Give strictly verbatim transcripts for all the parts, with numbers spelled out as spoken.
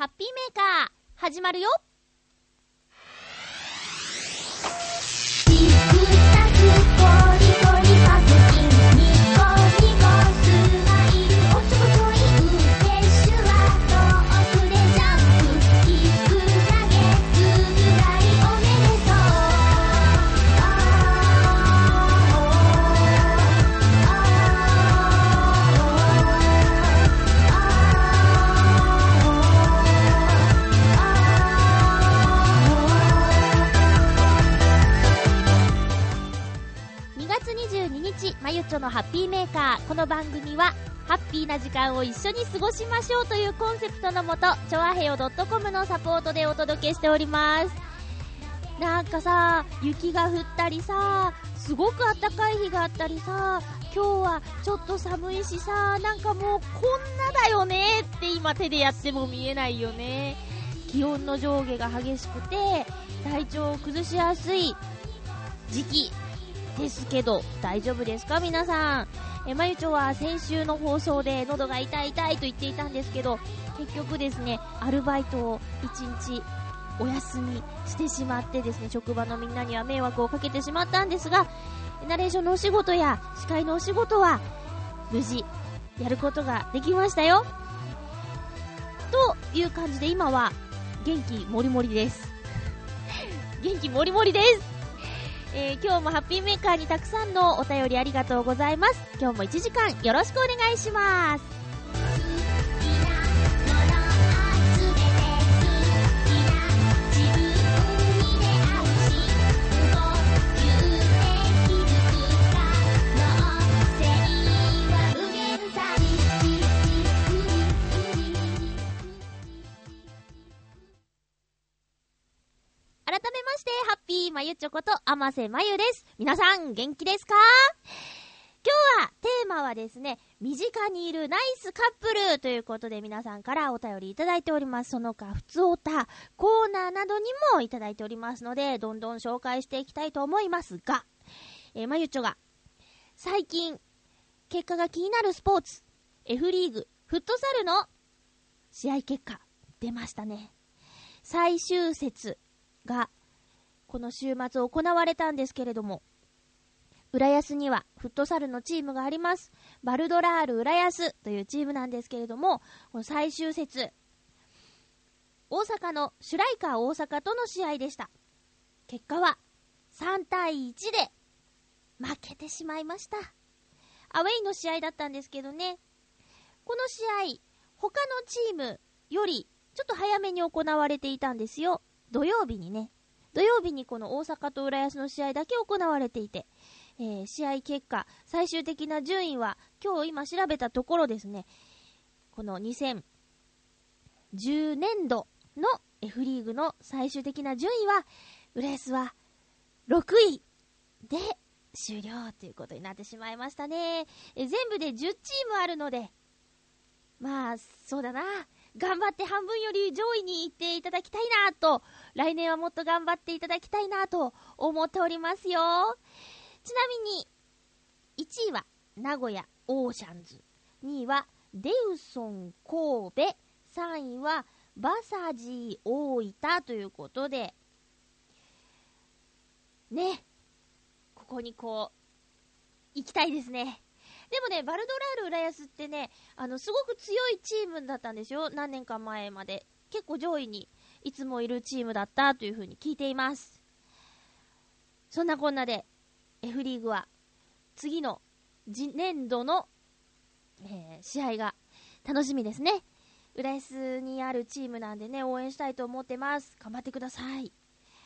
ハッピーメーカー始まるよ。まゆちょのハッピーメーカー。この番組はハッピーな時間を一緒に過ごしましょうというコンセプトのもと、チョアヘヨ .com のサポートでお届けしております。なんかさ、雪が降ったりさ、すごく暖かい日があったりさ、今日はちょっと寒いしさ、なんかもうこんなだよねって今手でやっても見えないよね。気温の上下が激しくて体調を崩しやすい時期ですけど、大丈夫ですか皆さん。えまゆちょは先週の放送で喉が痛い痛いと言っていたんですけど、結局ですね、アルバイトをいちにちお休みしてしまってですね、職場のみんなには迷惑をかけてしまったんですが、ナレーションのお仕事や司会のお仕事は無事やることができましたよという感じで、今は元気もりもりです元気もりもりです。えー、今日もハッピーメーカーにたくさんのお便りありがとうございます。今日もいちじかんよろしくお願いします。改めまして、ハッピーまゆちょこと甘瀬まゆです。皆さん元気ですか？今日はテーマはですね、身近にいるナイスカップルということで、皆さんからお便りいただいております。その他ふつおたコーナーなどにもいただいておりますので、どんどん紹介していきたいと思いますが、えー、まゆちょが最近結果が気になるスポーツ F リーグフットサルの試合結果出ましたね。最終節がこの週末行われたんですけれども、浦安にはフットサルのチームがあります。バルドラール浦安というチームなんですけれども、この最終節、大阪のシュライカー大阪との試合でした。結果はさんたいいちで負けてしまいました。アウェイの試合だったんですけどね、この試合他のチームよりちょっと早めに行われていたんですよ。土曜日にね、土曜日にこの大阪と浦安の試合だけ行われていて、えー、試合結果、最終的な順位は今日今調べたところですね、このにせんじゅうねんどの F リーグの最終的な順位は浦安はろくいで終了ということになってしまいましたね。え全部でじゅっチームあるので、まあそうだな、頑張って半分より上位に行っていただきたいなと、来年はもっと頑張っていただきたいなと思っておりますよ。ちなみにいちいは名古屋オーシャンズ、にいはデウソン神戸、さんいはバサジー大分ということでね、ここにこう行きたいですね。でもね、バルドラール浦安ってね、あのすごく強いチームだったんですよ。何年か前まで結構上位にいつもいるチームだったというふうに聞いています。そんなこんなで F リーグは次の次年度の、えー、試合が楽しみですね。浦安にあるチームなんでね、応援したいと思ってます。頑張ってください。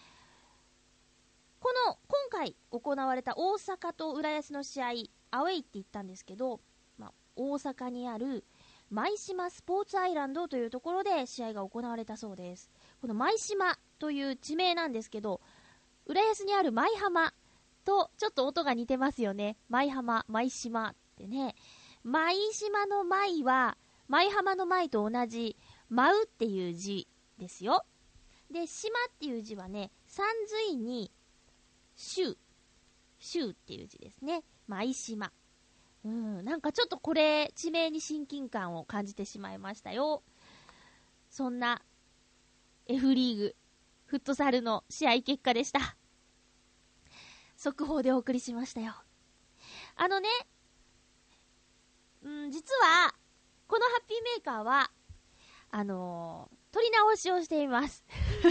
この今回行われた大阪と浦安の試合、アウェイって言ったんですけど、まあ、大阪にある舞島スポーツアイランドというところで試合が行われたそうです。この舞島という地名なんですけど、浦安にある舞浜とちょっと音が似てますよね。舞浜、舞島ってね。舞島の舞は舞浜の舞と同じ舞うっていう字ですよ。で、島っていう字はね、さんずいに州、州っていう字ですね。舞島。うん、なんかちょっとこれ地名に親近感を感じてしまいましたよ。そんな F リーグフットサルの試合結果でした。速報でお送りしましたよ。あのね、うん、実はこのハッピーメーカーはあのー、撮り直しをしています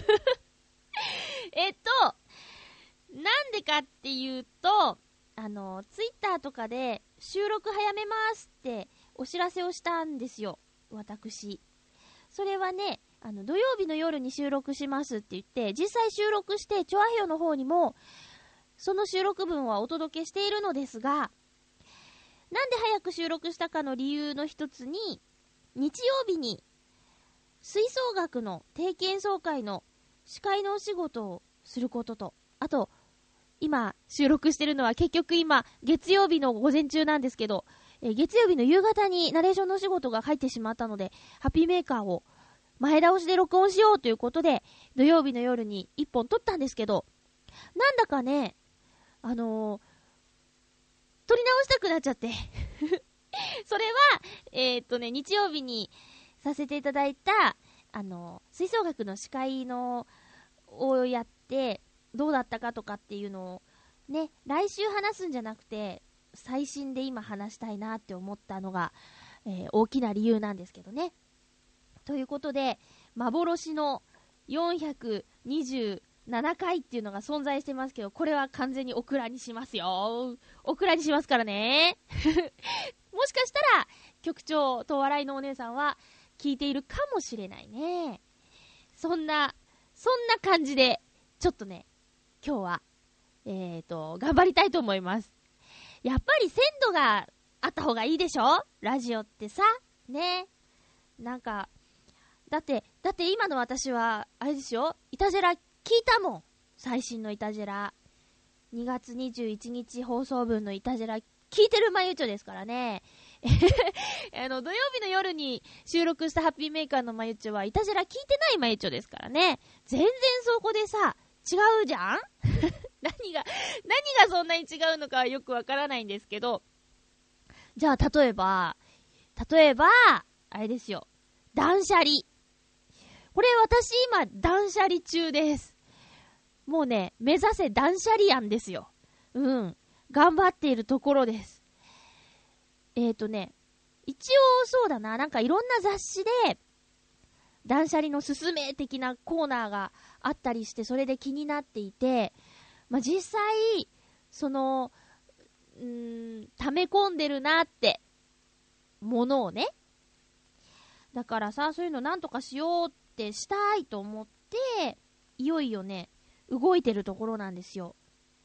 えっとなんでかっていうと、あのツイッターとかで収録早めますってお知らせをしたんですよ、私。それはね、あの土曜日の夜に収録しますって言って、実際収録してチョアヘヨの方にもその収録分はお届けしているのですが、なんで早く収録したかの理由の一つに、日曜日に吹奏楽の定期演奏会の司会のお仕事をすることと、あと今収録してるのは結局今月曜日の午前中なんですけど、えー、月曜日の夕方にナレーションのお仕事が入ってしまったので、ハッピーメーカーを前倒しで録音しようということで土曜日の夜に一本撮ったんですけど、なんだかね、あのー、撮り直したくなっちゃってそれはえー、っとね日曜日にさせていただいたあのー、吹奏楽の司会のをやってどうだったかとかっていうのをね、来週話すんじゃなくて最新で今話したいなって思ったのが、えー、大きな理由なんですけどね。ということで、幻のよんひゃくにじゅうななかいっていうのが存在してますけど、これは完全にオクラにしますよ。オクラにしますからねもしかしたら局長と笑いのお姉さんは聞いているかもしれないね。そんなそんな感じでちょっとね、今日はえーと頑張りたいと思います。やっぱり鮮度があった方がいいでしょ、ラジオってさね。なんかだってだって今の私はあれですよ、イタジェラ聞いたもん。最新のイタジェラにがつにじゅういちにち放送分のイタジェラ聞いてるまゆちょですからねあの土曜日の夜に収録したハッピーメーカーのまゆちょはイタジェラ聞いてないまゆちょですからね。全然そこでさ違うじゃん何が何がそんなに違うのかはよくわからないんですけど、じゃあ例えば例えばあれですよ、断捨離。これ私今断捨離中です。もうね、目指せ断捨離案ですよ。うん、頑張っているところです。えーとね一応そうだな、なんかいろんな雑誌で断捨離のすすめ的なコーナーがあったりして、それで気になっていて、まあ、実際そのうーん溜め込んでるなってものをね、だからさ、そういうのなんとかしようってしたいと思っていよいよね動いてるところなんですよ。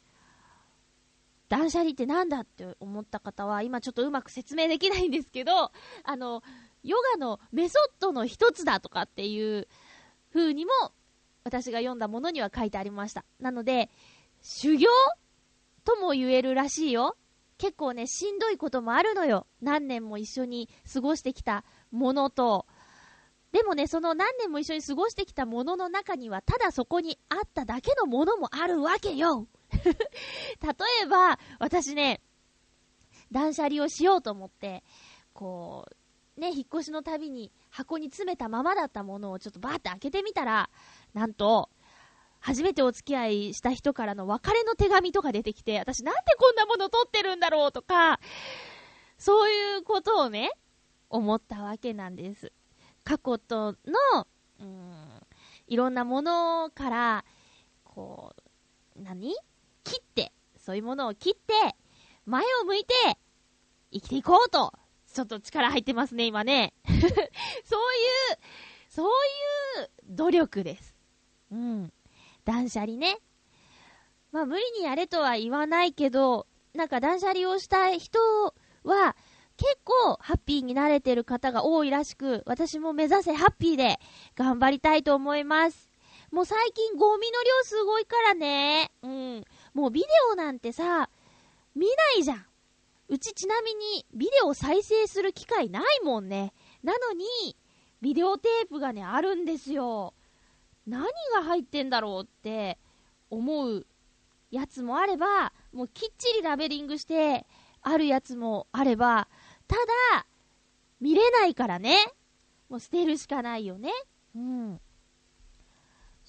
断捨離ってなんだって思った方は今ちょっとうまく説明できないんですけど、あのヨガのメソッドの一つだとかっていう風にも私が読んだものには書いてありました。なので修行とも言えるらしいよ。結構ねしんどいこともあるのよ、何年も一緒に過ごしてきたものと。でもね、その何年も一緒に過ごしてきたものの中にはただそこにあっただけのものもあるわけよ例えば私ね、断捨離をしようと思ってこうね、引っ越しのたびに箱に詰めたままだったものをちょっとバーって開けてみたら、なんと初めてお付き合いした人からの別れの手紙とか出てきて、私なんでこんなもの取ってるんだろうとか、そういうことをね思ったわけなんです。過去とのうーんいろんなものからこう何切って、そういうものを切って前を向いて生きていこうと、ちょっと力入ってますね今ねそういうそういう努力です。うん、断捨離ね。まあ無理にやれとは言わないけど、なんか断捨離をしたい人は結構ハッピーになれてる方が多いらしく、私も目指せハッピーで頑張りたいと思います。もう最近ゴミの量すごいからね。うん。もうビデオなんてさ、見ないじゃん。うちちなみにビデオ再生する機会ないもんね。なのに、ビデオテープがね、あるんですよ。何が入ってんだろうって思うやつもあれば、もうきっちりラベリングしてあるやつもあれば、ただ見れないからね、もう捨てるしかないよね。うん。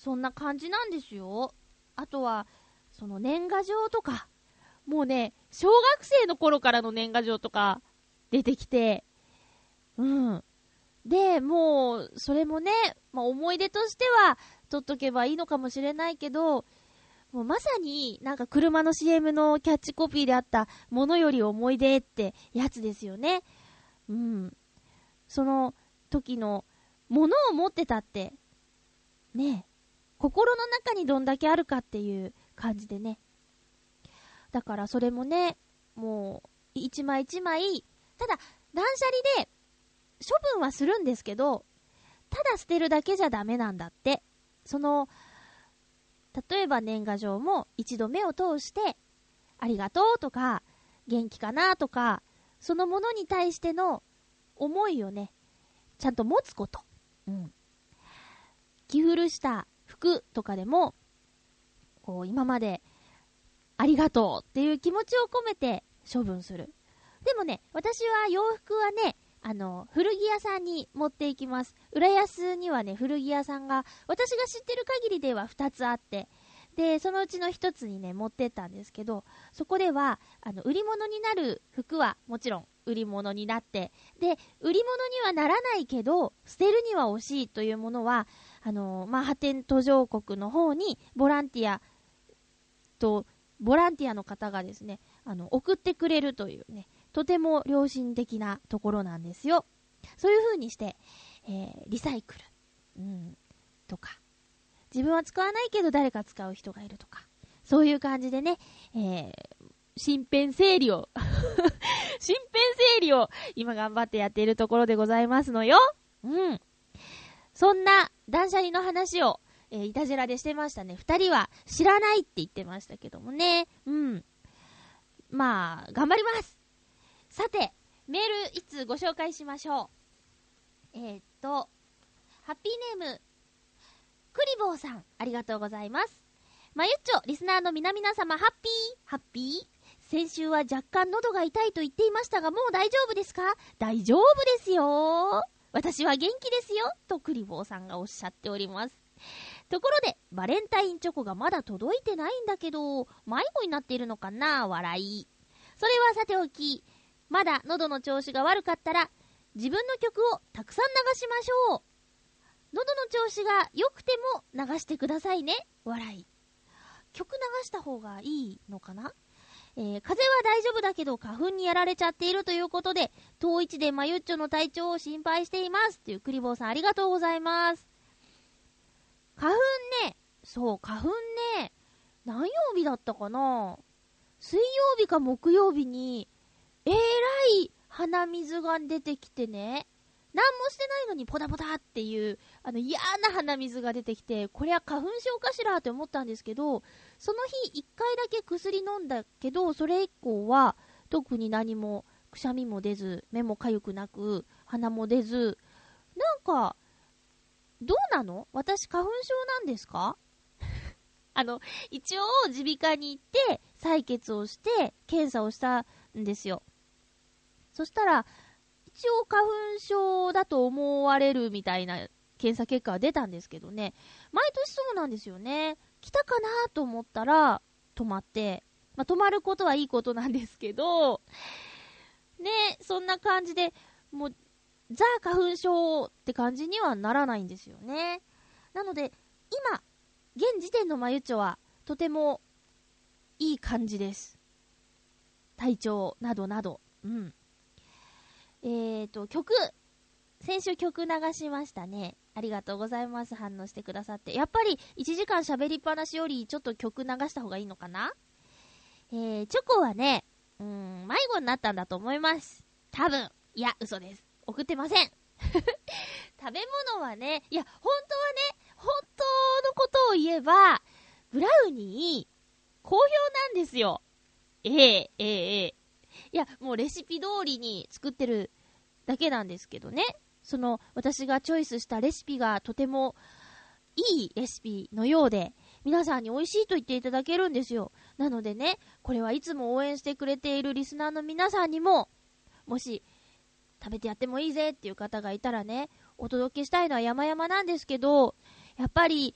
そんな感じなんですよ。あとは、その年賀状とか、もうね、小学生の頃からの年賀状とか出てきて、うん。で、もう、それもね、まあ、思い出としては、取っとけばいいのかもしれないけど、もうまさになんか車の シーエム のキャッチコピーであったものより思い出ってやつですよね。うん。その時のものを持ってたって、ね、心の中にどんだけあるかっていう感じでね。だからそれもね、もう一枚一枚、ただ断捨離で処分はするんですけど、ただ捨てるだけじゃダメなんだって。その例えば年賀状も一度目を通してありがとうとか元気かなとか、そのものに対しての思いをね、ちゃんと持つこと。うん。着古した服とかでも、こう今までありがとうっていう気持ちを込めて処分する。でもね、私は洋服はね、あの、古着屋さんに持っていきます。浦安にはね、古着屋さんが、私が知ってる限りではふたつあって、で、そのうちのひとつにね、持ってったんですけど、そこでは、あの、売り物になる服はもちろん売り物になって、で、売り物にはならないけど、捨てるには惜しいというものは、あの、まあ、派遣途上国の方に、ボランティアと、ボランティアの方がですね、あの、送ってくれるというね、とても良心的なところなんですよ。そういう風にして、えー、リサイクル、うん、とか、自分は使わないけど誰か使う人がいるとか、そういう感じでね、えー、身辺整理を、身辺整理を今頑張ってやっているところでございますのよ。うん。そんな断捨離の話を、えー、いたじらでしてましたね。二人は知らないって言ってましたけどもね。うん。まあ、頑張ります。さて、メールいつご紹介しましょう。えー、っと、ハッピーネーム、クリボーさん、ありがとうございます。まゆっちょ、リスナーの皆々様、ハッピー、ハッピー。先週は若干喉が痛いと言っていましたが、もう大丈夫ですか？大丈夫ですよ。私は元気ですよ。とクリボーさんがおっしゃっております。ところで、バレンタインチョコがまだ届いてないんだけど、迷子になっているのかな？笑い。それはさておき、まだ喉の調子が悪かったら自分の曲をたくさん流しましょう。喉の調子が良くても流してくださいね。笑い。曲流した方がいいのかな？えー、風邪は大丈夫だけど花粉にやられちゃっているということで、当一でまゆっちょの体調を心配していますっていうクリボーさん、ありがとうございます。花粉ね、そう花粉ね、何曜日だったかな？水曜日か木曜日にえらい鼻水が出てきてね、何もしてないのにポタポタっていうあの嫌な鼻水が出てきて、これは花粉症かしらって思ったんですけど、その日一回だけ薬飲んだけど、それ以降は特に何もくしゃみも出ず、目もかゆくなく、鼻も出ず、なんかどうなの？私花粉症なんですか？あの一応耳鼻科に行って採血をして検査をしたんですよ。そしたら一応花粉症だと思われるみたいな検査結果が出たんですけどね、毎年そうなんですよね。来たかなと思ったら止まって、まあ、止まることはいいことなんですけどね、そんな感じでもうザ花粉症って感じにはならないんですよね。なので今現時点のまゆちょはとてもいい感じです。体調などなど。うん。えーと、曲。先週曲流しましたね。ありがとうございます。反応してくださって。やっぱりいちじかん喋りっぱなしよりちょっと曲流した方がいいのかな？えー、チョコはね、うーん、迷子になったんだと思います。多分。いや、嘘です。送ってません。食べ物はね、いや、本当はね、本当のことを言えば、ブラウニー、好評なんですよ。ええええええ。いや、もうレシピ通りに作ってるだけなんですけどね。その、私がチョイスしたレシピがとてもいいレシピのようで、皆さんに美味しいと言っていただけるんですよ。なのでね、これはいつも応援してくれているリスナーの皆さんにも、もし、食べてやってもいいぜっていう方がいたらね、お届けしたいのは山々なんですけど、やっぱり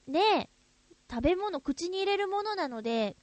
ね、食べ物、口に入れるものなので、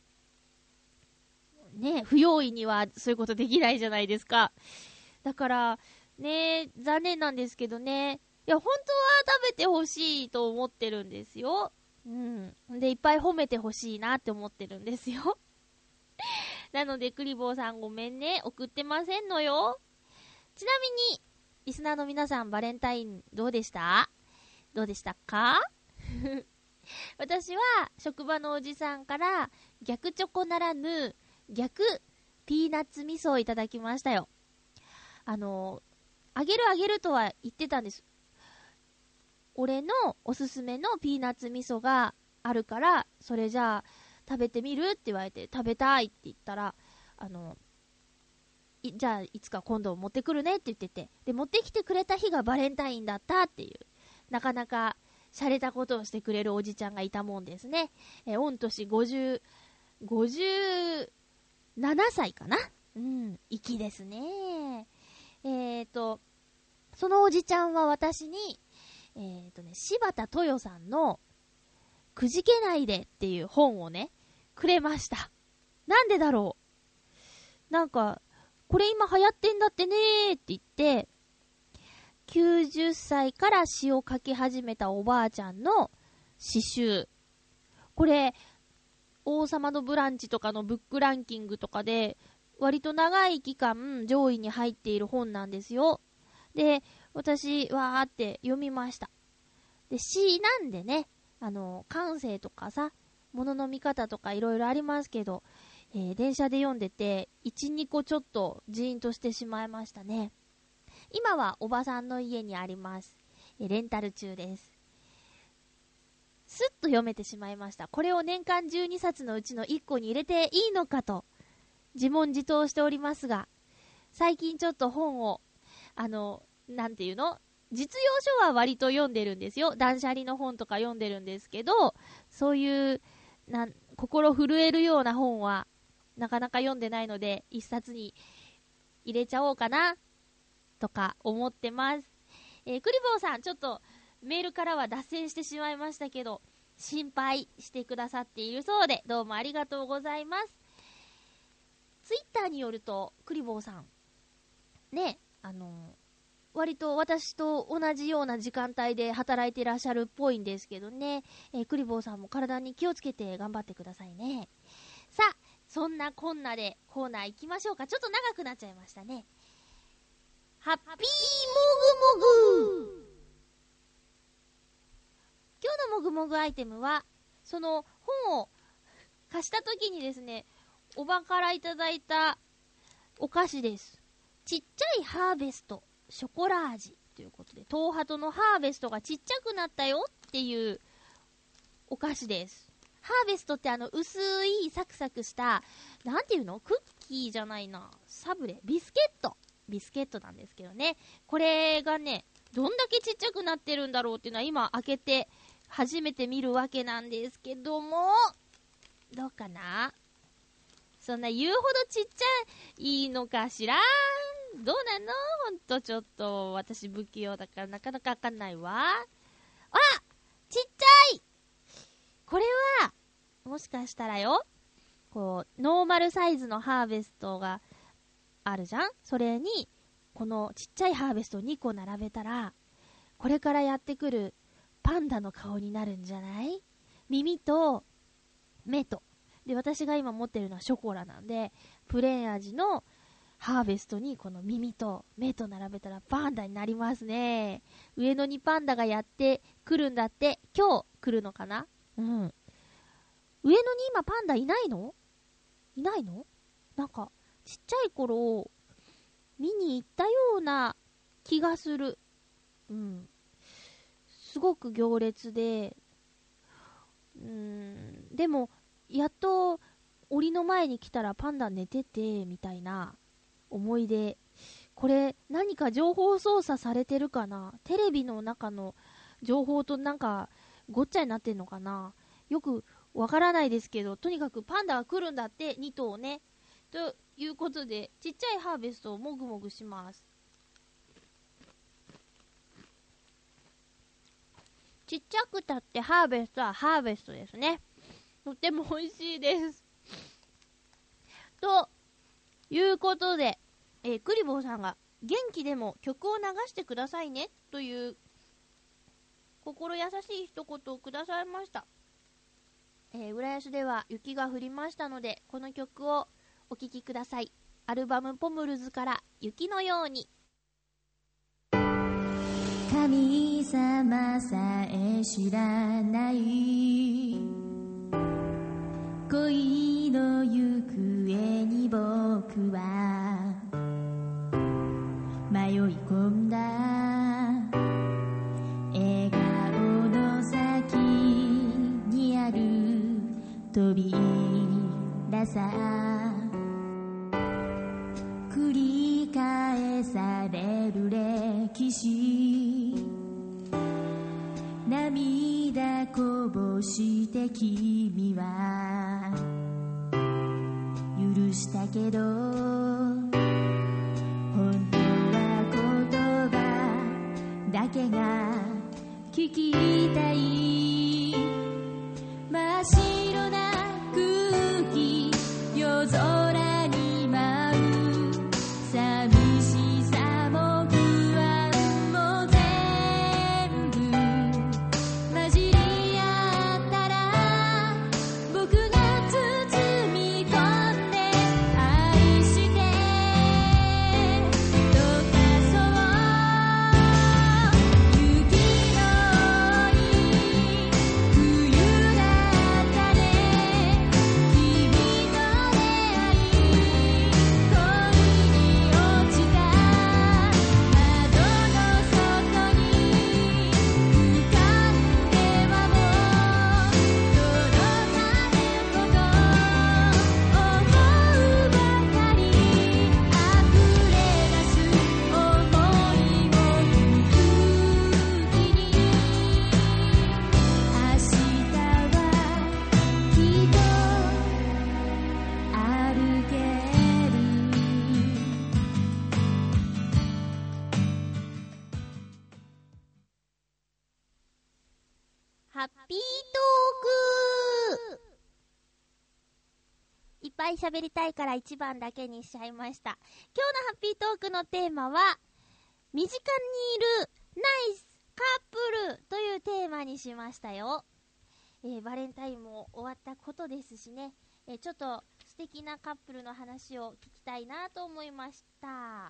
ね、不用意にはそういうことできないじゃないですか。だから、ね、残念なんですけどね。いや、本当は食べてほしいと思ってるんですよ。うん。で、いっぱい褒めてほしいなって思ってるんですよ。なので、クリボーさんごめんね。送ってませんのよ。ちなみに、リスナーの皆さん、バレンタインどうでした?どうでしたか?私は、職場のおじさんから、逆チョコならぬ、逆ピーナッツ味噌をいただきましたよ。あの、あげるあげるとは言ってたんです。俺のおすすめのピーナッツ味噌があるから、それじゃあ食べてみるって言われて、食べたいって言ったら、あの、いじゃあいつか今度持ってくるねって言ってて、で、持ってきてくれた日がバレンタインだったっていう、なかなか洒落たことをしてくれるおじちゃんがいたもんですね。え、御年ごじゅう、ごじゅうななさいかな?うん、粋ですね。えーと、そのおじちゃんは私に、えーとね、柴田豊さんのくじけないでっていう本をね、くれました。なんでだろう?なんか、これ今流行ってんだってねーって言って、きゅうじゅっさいから詩を書き始めたおばあちゃんの詩集。これ、王様のブランチとかのブックランキングとかで、割と長い期間上位に入っている本なんですよ。で、私、わーって読みました。で、詩なんでね、あの、感性とかさ、物の見方とかいろいろありますけど、えー、電車で読んでて、いち、にこちょっとジーンとしてしまいましたね。今はおばさんの家にあります。えー、レンタル中です。すっと読めてしまいました。これを年間じゅうにさつのうちのいっこに入れていいのかと、自問自答しておりますが、最近ちょっと本を、あの、なんていうの?実用書は割と読んでるんですよ。断捨離の本とか読んでるんですけど、そういうなん、心震えるような本はなかなか読んでないので、一冊に入れちゃおうかな、とか思ってます。えー、クリボーさん、ちょっとメールからは脱線してしまいましたけど、心配してくださっているそうで、どうもありがとうございます。ツイッターによると、クリボーさん、ね、あのー、割と私と同じような時間帯で働いていらっしゃるっぽいんですけどね、えー、クリボーさんも体に気をつけて頑張ってくださいね。さあ、そんなこんなでコーナー行きましょうか。ちょっと長くなっちゃいましたね。ハッピーもぐもぐ。今日のもぐもぐアイテムは、その本を貸した時にですね、おばからいただいたお菓子です。ちっちゃいハーベストショコラ味ということで、東ハトのハーベストがちっちゃくなったよっていうお菓子です。ハーベストってあの薄いサクサクした、なんていうの?クッキーじゃないな、サブレ、ビスケットビスケットなんですけどね、これがね、どんだけちっちゃくなってるんだろうっていうのは今開けて初めて見るわけなんですけども、どうかな?そんな言うほどちっちゃいのかしら?どうなの?ほんとちょっと私不器用だからなかなかわかんないわ。あ、ちっちゃい!これはもしかしたらよ、こうノーマルサイズのハーベストがあるじゃん?それにこのちっちゃいハーベストをにこ並べたら、これからやってくるパンダの顔になるんじゃない?耳と目とで、私が今持ってるのはショコラなんで、プレーン味のハーベストにこの耳と目と並べたらパンダになりますね。上野にパンダがやってくるんだって。今日来るのかな?うん。上野に今パンダいないの?いないの?なんかちっちゃい頃見に行ったような気がする。うん。すごく行列で、うーん、でもやっと檻の前に来たらパンダ寝ててみたいな思い出。これ何か情報操作されてるかな?テレビの中の情報となんかごっちゃになってんのかな?よくわからないですけど、とにかくパンダが来るんだって、に頭ね。ということで、ちっちゃいハーベストをもぐもぐします。 ちっちゃくたってハーベストはハーベストですね。とっても美味しいです。ということで、えー、クリボーさんが元気でも曲を流してくださいねという心優しい一言をくださいました。えー、浦安では雪が降りましたので、この曲をお聴きください。アルバムポムルズから雪のように。 神様さえ知らない恋の行方に僕は迷い込んだ。笑顔の先にある扉さ、繰り返される歴史、涙こぼして君は許したけど、本当は言葉だけが聞きたい。真っ白な空気、夜空に舞う寂しさも不安も全部混じり合ったら、僕が包み込んで愛してどうかそう雪の多い冬だったね。君と出会い恋に落ちた窓の外に浮かんではもう届かぬこと思うばかり、溢れ出す想いを勇気に、明日はきっと歩ける。 ハッピートーク。いっぱい喋りたいから一番だけにしちゃいました。今日のハッピートークのテーマは、身近にいるナイスカップルというテーマにしましたよ。えー、バレンタインも終わったことですしね、えー、ちょっと素敵なカップルの話を聞きたいなと思いました。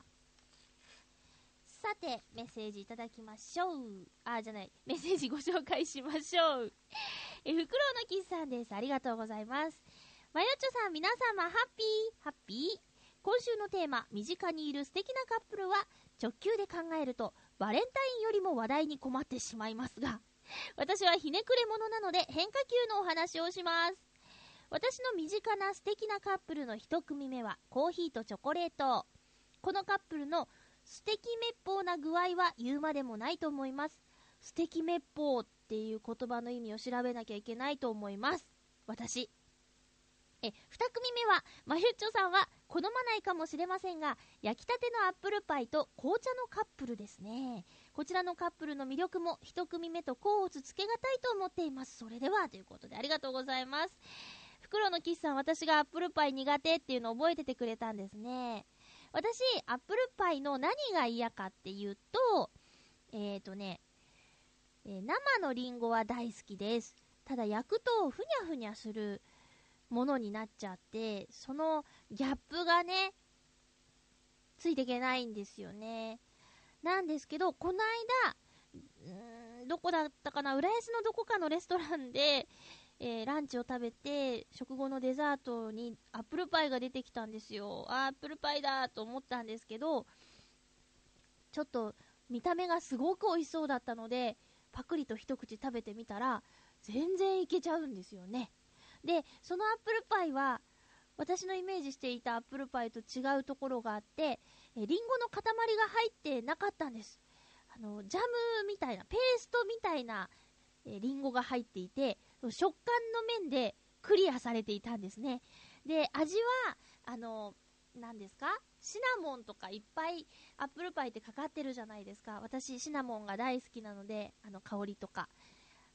さて、メッセージいただきましょう。あ、じゃない、メッセージご紹介しましょう。え、フクロウのキスさんです。ありがとうございます。まゆっちょさん、皆様、ハッピー、ハッピー。今週のテーマ、身近にいる素敵なカップルは、直球で考えると、バレンタインよりも話題に困ってしまいますが、私はひねくれ者なので、変化球のお話をします。私の身近な素敵なカップルの一組目は、コーヒーとチョコレート。このカップルの素敵滅法な具合は言うまでもないと思います。素敵滅法っていう言葉の意味を調べなきゃいけないと思います。私。え、二組目は、まゆっちょさんは好まないかもしれませんが、焼きたてのアップルパイと紅茶のカップルですね。こちらのカップルの魅力も一組目と甲乙つけがたいと思っています。それでは、ということでありがとうございます。フクロウのキスさん、私がアップルパイ苦手っていうのを覚えててくれたんですね。私、アップルパイの何が嫌かっていうと、えーとね、えー、生のリンゴは大好きです。ただ焼くとふにゃふにゃするものになっちゃって、そのギャップがね、ついていけないんですよね。なんですけど、この間、うーん、どこだったかな、浦安のどこかのレストランで、えー、ランチを食べて、食後のデザートにアップルパイが出てきたんですよ。あー、アップルパイだと思ったんですけど、ちょっと見た目がすごく美味しそうだったので、パクリと一口食べてみたら、全然いけちゃうんですよね。で、そのアップルパイは、私のイメージしていたアップルパイと違うところがあって、えリンゴの塊が入ってなかったんです。あの、ジャムみたいな、ペーストみたいな、えリンゴが入っていて、食感の面でクリアされていたんですね。で、味は、あの、何ですか？シナモンとかいっぱいアップルパイってかかってるじゃないですか。私、シナモンが大好きなので、あの、香りとか。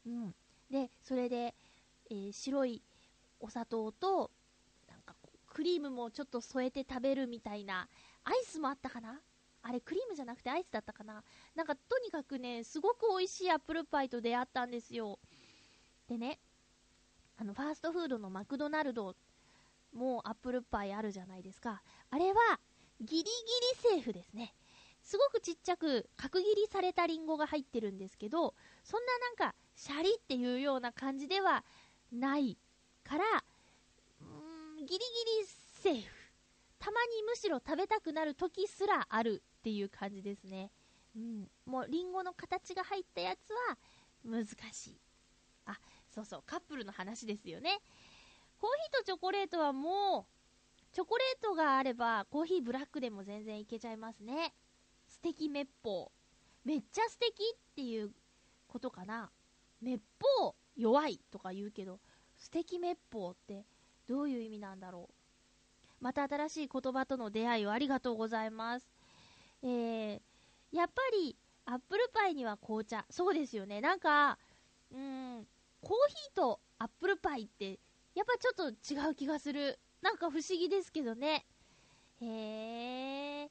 うん。で、それで、えー白いお砂糖と、なんかこうクリームもちょっと添えて食べるみたいな、アイスもあったかな、あれクリームじゃなくてアイスだったかな、なんかとにかくね、すごく美味しいアップルパイと出会ったんですよ。でね、あのファーストフードのマクドナルドもアップルパイあるじゃないですか。あれはギリギリセーフですね。すごくちっちゃく角切りされたリンゴが入ってるんですけど、そんななんかシャリっていうような感じではないから、うーんギリギリセーフ。たまにむしろ食べたくなる時すらあるっていう感じですね。うん、もうリンゴの形が入ったやつは難しい。あ、そうそう、カップルの話ですよね。コーヒーとチョコレートはもうチョコレートがあればコーヒーブラックでも全然いけちゃいますね。素敵滅法、めっちゃ素敵っていうことかな。滅法弱いとか言うけど、素敵滅法ってどういう意味なんだろう。また新しい言葉との出会いをありがとうございます。えー、やっぱりアップルパイには紅茶、そうですよね。なんかうーんコーヒーとアップルパイってやっぱちょっと違う気がする。なんか不思議ですけどね。へー。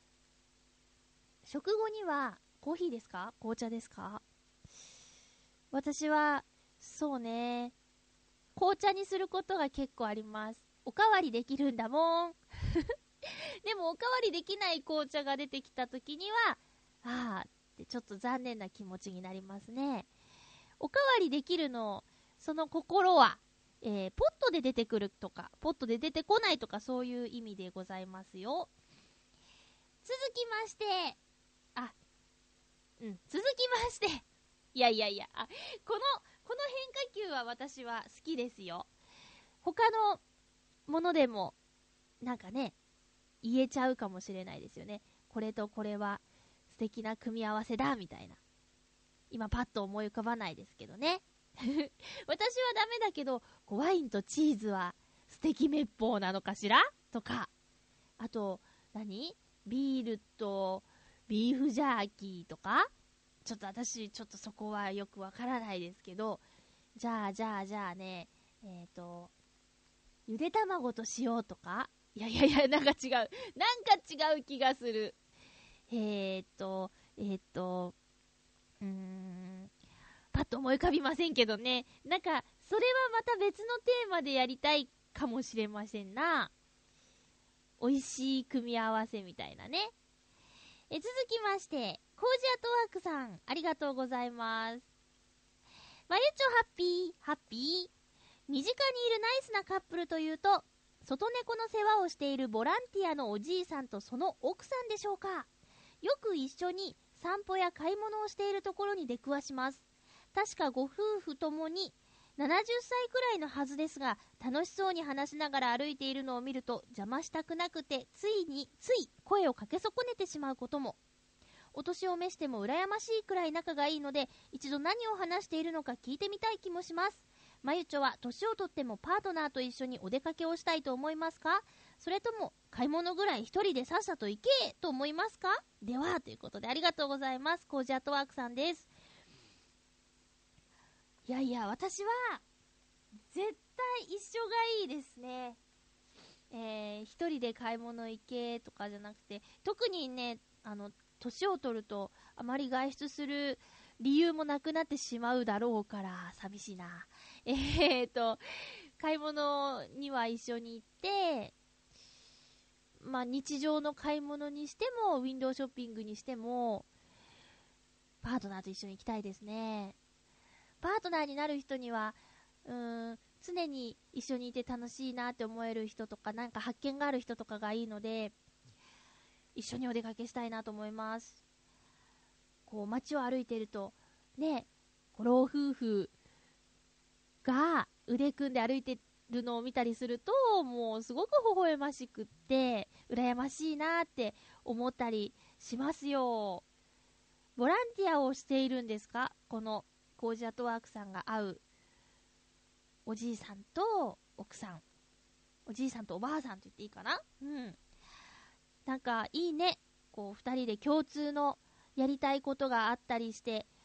食後にはコーヒーですか、紅茶ですか？私はそうね、紅茶にすることが結構あります。おかわりできるんだもん。でもおかわりできない紅茶が出てきた時には、あーってちょっと残念な気持ちになりますね。おかわりできるの、その心は、えー、ポットで出てくるとか、ポットで出てこないとか、そういう意味でございますよ。続きまして、あ、うん、続きまして、いやいやいや、あ、この、この変化球は私は好きですよ。他のものでも、なんかね、言えちゃうかもしれないですよね。これとこれは素敵な組み合わせだ、みたいな。今パッと思い浮かばないですけどね。私はダメだけど、ワインとチーズは素敵滅法なのかしらとか、あと、何ビールとビーフジャーキーとか、ちょっと私、ちょっとそこはよくわからないですけど、じゃあ、じゃあ、じゃあね、えっと、ゆで卵と塩とか、いやいやいや、なんか違う。なんか違う気がする。えっと、えっと、うーん、パッと思い浮かびませんけどね。なんか、それはまた別のテーマでやりたいかもしれませんな。美味しい組み合わせみたいなね。え続きまして、コージアトワークさん、ありがとうございます。まゆちょハッピー、ハッピー。身近にいるナイスなカップルというと、外猫の世話をしているボランティアのおじいさんとその奥さんでしょうか。よく一緒に散歩や買い物をしているところに出くわします。確かご夫婦ともにななじゅっさいくらいのはずですが、楽しそうに話しながら歩いているのを見ると邪魔したくなくて、ついについ声をかけ損ねてしまうことも。お年を召しても羨ましいくらい仲がいいので、一度何を話しているのか聞いてみたい気もします。まゆちょは年をとってもパートナーと一緒にお出かけをしたいと思いますか？それとも買い物ぐらい一人でさっさと行けと思いますか？では、ということでありがとうございます。コージアットワークさんです。いやいや、私は絶対一緒がいいですね。えー、一人で買い物行けとかじゃなくて、特にね、あの年を取るとあまり外出する理由もなくなってしまうだろうから寂しいな。えーと買い物には一緒に行って、まあ日常の買い物にしてもウィンドウショッピングにしてもパートナーと一緒に行きたいですね。パートナーになる人にはうーん常に一緒にいて楽しいなって思える人とか、なんか発見がある人とかがいいので、一緒にお出かけしたいなと思います。こう街を歩いているとね、老夫婦が腕組んで歩いてるのを見たりすると、もうすごく微笑ましくって羨ましいなって思ったりしますよ。ボランティアをしているんですか、このコージアットワークさんが会うおじいさんと奥さん、おじいさんとおばあさんと言っていいかな。うん、なんかいいね。こう二人で共通のやりたいことがあったりして、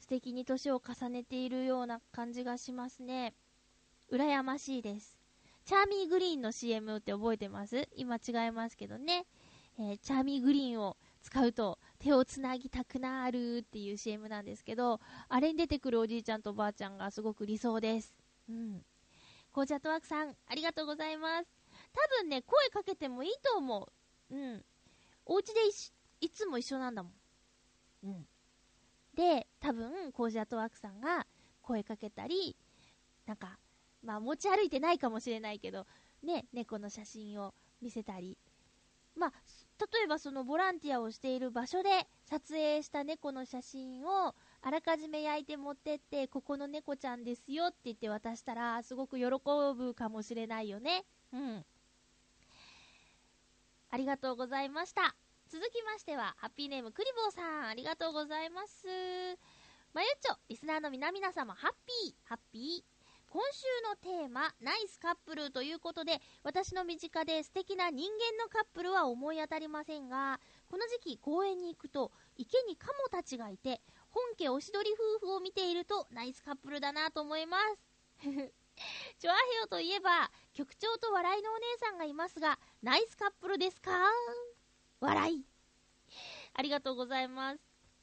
素敵に年を重ねているような感じがしますね。羨ましいです。チャーミーグリーンの シーエム って覚えてます？今違いますけどね。えー、チャーミーグリーンを使うと手をつなぎたくなるっていう シーエム なんですけど、あれに出てくるおじいちゃんとおばあちゃんがすごく理想です。うん。コージャットワークさん、ありがとうございます。多分ね、声かけてもいいと思う。うん。お家で い, いつも一緒なんだもん。うん。で、多分、コージャットワークさんが声かけたり、なんか、まあ持ち歩いてないかもしれないけど、ね、猫の写真を見せたり、まあ、例えばそのボランティアをしている場所で撮影した猫の写真をあらかじめ焼いて持ってって、ここの猫ちゃんですよって言って渡したらすごく喜ぶかもしれないよね。うん。ありがとうございました。続きましてはハッピーネームクリボーさん、ありがとうございます。まゆっちょ、リスナーの皆々様、ハッピーハッピー。今週のテーマ、ナイスカップルということで、私の身近で素敵な人間のカップルは思い当たりませんが、この時期公園に行くと池にカモたちがいて、本家おしどり夫婦を見ているとナイスカップルだなと思います。チョアヘヨといえば局長と笑いのお姉さんがいますが、ナイスカップルですか？笑い。ありがとうございます。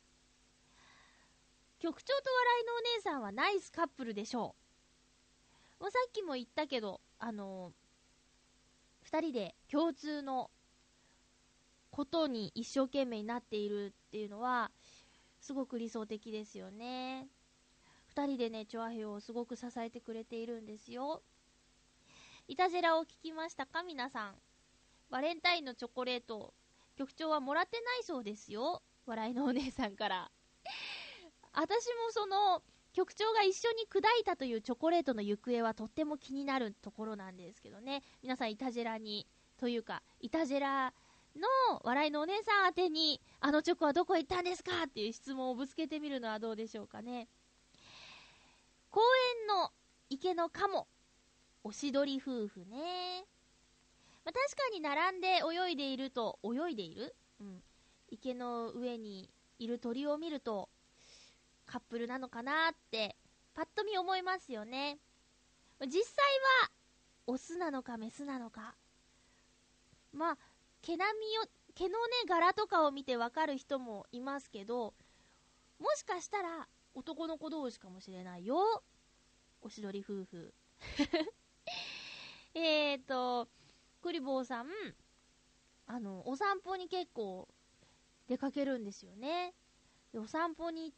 局長と笑いのお姉さんはナイスカップルでしょう。もうさっきも言ったけど、あのー、二人で共通のことに一生懸命になっているっていうのはすごく理想的ですよね。二人でね、チョアヘヨをすごく支えてくれているんですよ。イタジェラを聞きましたか皆さん。バレンタインのチョコレート、局長はもらってないそうですよ。笑いのお姉さんから。私もその局長が一緒に砕いたというチョコレートの行方はとっても気になるところなんですけどね。皆さんイタジェラに、というかイタジェラの笑いのお姉さん宛てに、あのチョコはどこへ行ったんですかっていう質問をぶつけてみるのはどうでしょうかね。公園の池のカモ、おしどり夫婦ね。まあ、確かに並んで泳いでいると、泳いでいる、うん、池の上にいる鳥を見るとカップルなのかなってパッと見思いますよね。実際はオスなのかメスなのか、まあ毛並みを毛のね柄とかを見てわかる人もいますけど、もしかしたら男の子同士かもしれないよ、おしどり夫婦。えーとクリボーさん、あのお散歩に結構出かけるんですよね。でお散歩に行って、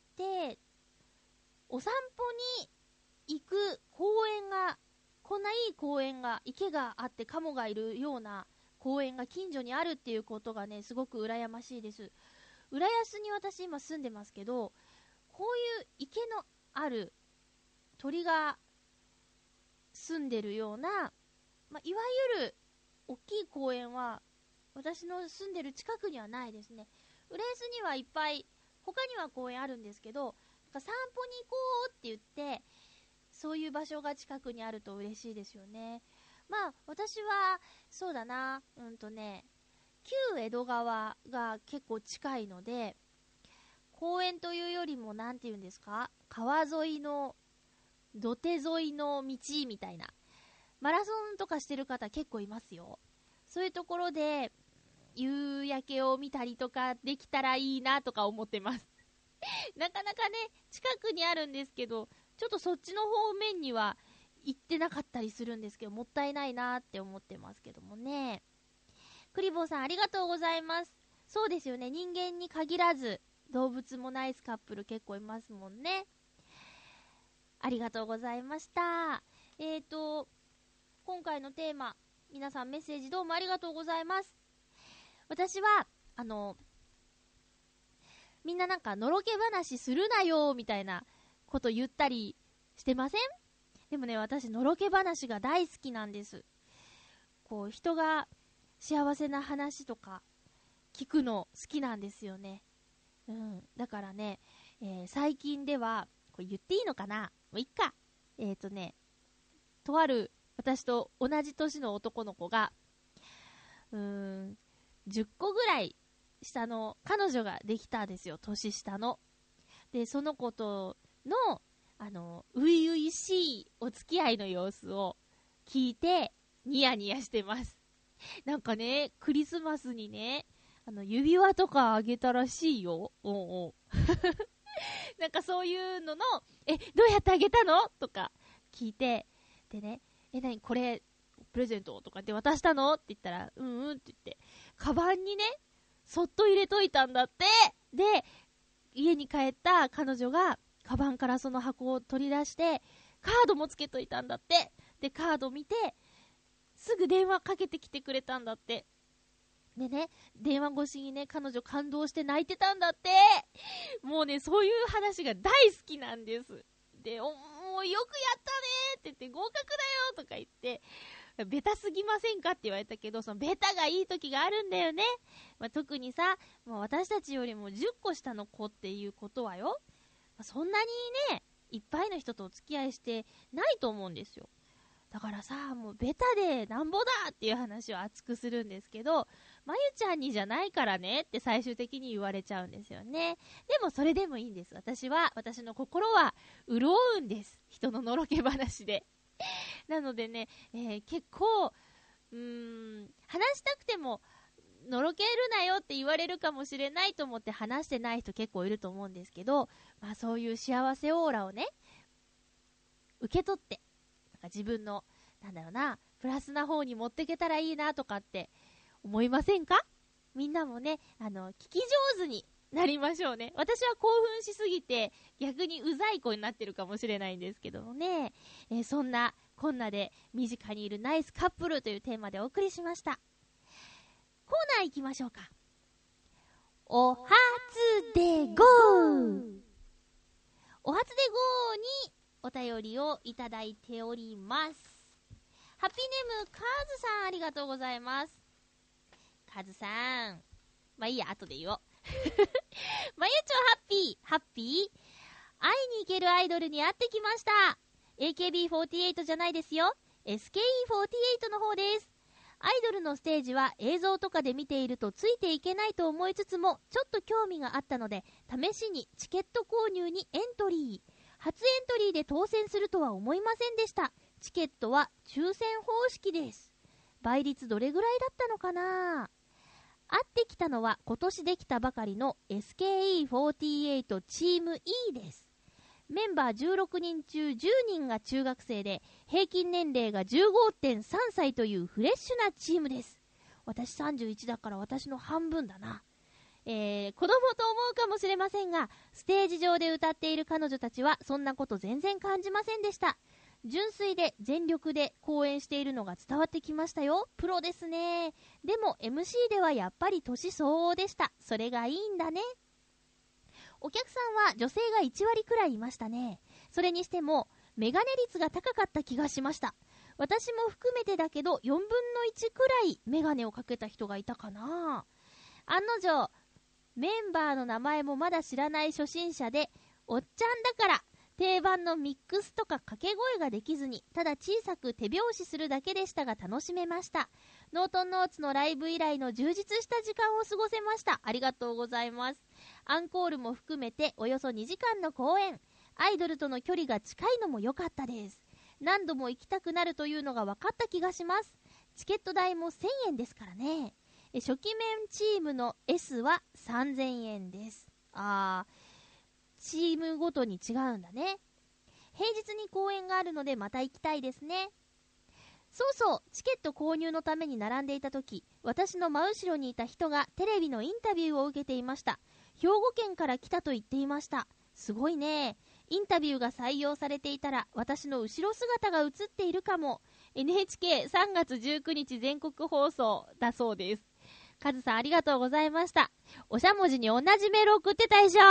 お散歩に行く公園が、こんないい公園が、池があってカモがいるような公園が近所にあるっていうことがね、すごく羨ましいです。浦安に私今住んでますけど、こういう池のある鳥が住んでるような、まあ、いわゆる大きい公園は私の住んでる近くにはないですね。浦安にはいっぱい他には公園あるんですけど、散歩に行こうって言ってそういう場所が近くにあると嬉しいですよね。まあ私はそうだな、うんとね旧江戸川が結構近いので、公園というよりもなんていうんですか、川沿いの土手沿いの道みたいな、マラソンとかしてる方結構いますよ。そういうところで夕焼けを見たりとかできたらいいなとか思ってますなかなかね近くにあるんですけど、ちょっとそっちの方面には行ってなかったりするんですけど、もったいないなって思ってますけどもね。クリボーさんありがとうございます。そうですよね、人間に限らず動物もナイスカップル結構いますもんね。ありがとうございました。えーと今回のテーマ、皆さんメッセージどうもありがとうございます。私はあのみんななんかのろけ話するなよみたいなこと言ったりしてません？でもね、私のろけ話が大好きなんです。こう人が幸せな話とか聞くの好きなんですよね。うん、だからね、えー、最近ではこれ言っていいのかな、もういっか。えーとねとある私と同じ年の男の子がうーんじゅっこぐらい下の彼女ができたんですよ、年下の。 で、その子との、あの、初々しいお付き合いの様子を聞いて、ニヤニヤしてます。なんかね、クリスマスにね、あの、指輪とかあげたらしいよ。おうおうなんかそういうのの、え、どうやってあげたのとか聞いて、でね、え、なにこれ、プレゼントとかって渡したのって言ったら、うんうんって言って、カバンにね、そっと入れといたんだって。で、家に帰った彼女が、カバンからその箱を取り出して、カードもつけといたんだって。で、カード見て、すぐ電話かけてきてくれたんだって。でね、電話越しにね、彼女感動して泣いてたんだって。もうね、そういう話が大好きなんです。で、おもうよくやったねって言って、合格だよとか言って、ベタすぎませんかって言われたけど、そのベタがいい時があるんだよね。まあ、特にさ、もう私たちよりもじゅっこ下の子っていうことはよ、まあ、そんなにね、いっぱいの人とお付き合いしてないと思うんですよ。だからさ、もうベタでなんぼだっていう話を熱くするんですけど、まゆちゃんにじゃないからねって最終的に言われちゃうんですよね。でもそれでもいいんです。私は、私の心は潤うんです。人ののろけ話で。なのでね、えー、結構、うーん、話したくても、のろけるなよって言われるかもしれないと思って話してない人結構いると思うんですけど、まあそういう幸せオーラをね、受け取って、なんか自分の、なんだろうな、プラスな方に持っていけたらいいなとかって思いませんか？みんなもね、あの、聞き上手になりましょうね。私は興奮しすぎて逆にうざい子になってるかもしれないんですけどもね、えー、そんなこんなで身近にいるナイスカップルというテーマでお送りしました。コーナー行きましょうか。おはつでゴー。おはつでゴーにお便りをいただいております。ハッピーネームカズさん、ありがとうございます。カズさん、まあいいや、後で言おう。まゆちょハッピーハッピー会いに行けるアイドルに会ってきました。 エーケービーフォーティーエイト じゃないですよ、 エスケーイーフォーティーエイト の方です。アイドルのステージは映像とかで見ているとついていけないと思いつつもちょっと興味があったので試しにチケット購入にエントリー。初エントリーで当選するとは思いませんでした。チケットは抽選方式です。倍率どれぐらいだったのかな。会ってきたのは今年できたばかりの エスケーイーフォーティーエイト チーム E です。メンバーじゅうろくにん中じゅうにんが中学生で平均年齢が じゅうごてんさん 歳というフレッシュなチームです。私さんじゅういちだから私の半分だな。えー、子供と思うかもしれませんがステージ上で歌っている彼女たちはそんなこと全然感じませんでした。純粋で全力で公演しているのが伝わってきましたよ。プロですね。でも エムシー ではやっぱり年相応でした。それがいいんだね。お客さんは女性がいちわりくらいいましたね。それにしてもメガネ率が高かった気がしました。私も含めてだけどよんぶんのいちくらいメガネをかけた人がいたかな。案の定メンバーの名前もまだ知らない初心者でおっちゃんだから定番のミックスとか掛け声ができずにただ小さく手拍子するだけでしたが楽しめました。ノートンノーツのライブ以来の充実した時間を過ごせました。ありがとうございます。アンコールも含めておよそにじかんの公演。アイドルとの距離が近いのも良かったです。何度も行きたくなるというのが分かった気がします。チケット代もせんえんですからね。初期面チームの S はさんぜんえんです。あー、チームごとに違うんだね。平日に公演があるのでまた行きたいですね。そうそう、チケット購入のために並んでいた時、私の真後ろにいた人がテレビのインタビューを受けていました。兵庫県から来たと言っていました。すごいね。インタビューが採用されていたら私の後ろ姿が映っているかも。 エヌエイチケーさんがつじゅうくにち全国放送だそうです。カズさんありがとうございました。おしゃもじに同じメール送ってたでしょ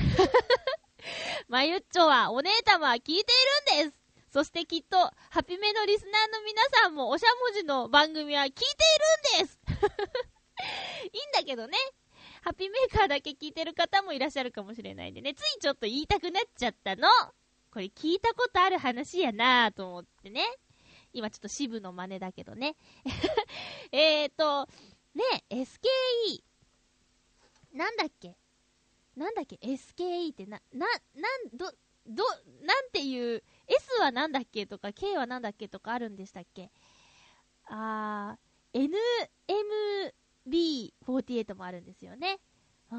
まゆっちょはお姉たまは聞いているんです。そしてきっとハピメのリスナーの皆さんもおしゃもじの番組は聞いているんですいいんだけどね、ハピメーカーだけ聞いてる方もいらっしゃるかもしれないんでね、ついちょっと言いたくなっちゃったの。これ聞いたことある話やなぁと思ってね。今ちょっと渋の真似だけどねえーとね、エスケーイー なんだっけ、 なんだっけ エスケーイー ってな、な、なん、ど、ど、なんていう、S はなんだっけとか、K はなんだっけとかあるんでしたっけ。あー、エヌエムビーフォーティーエイト もあるんですよね。うん。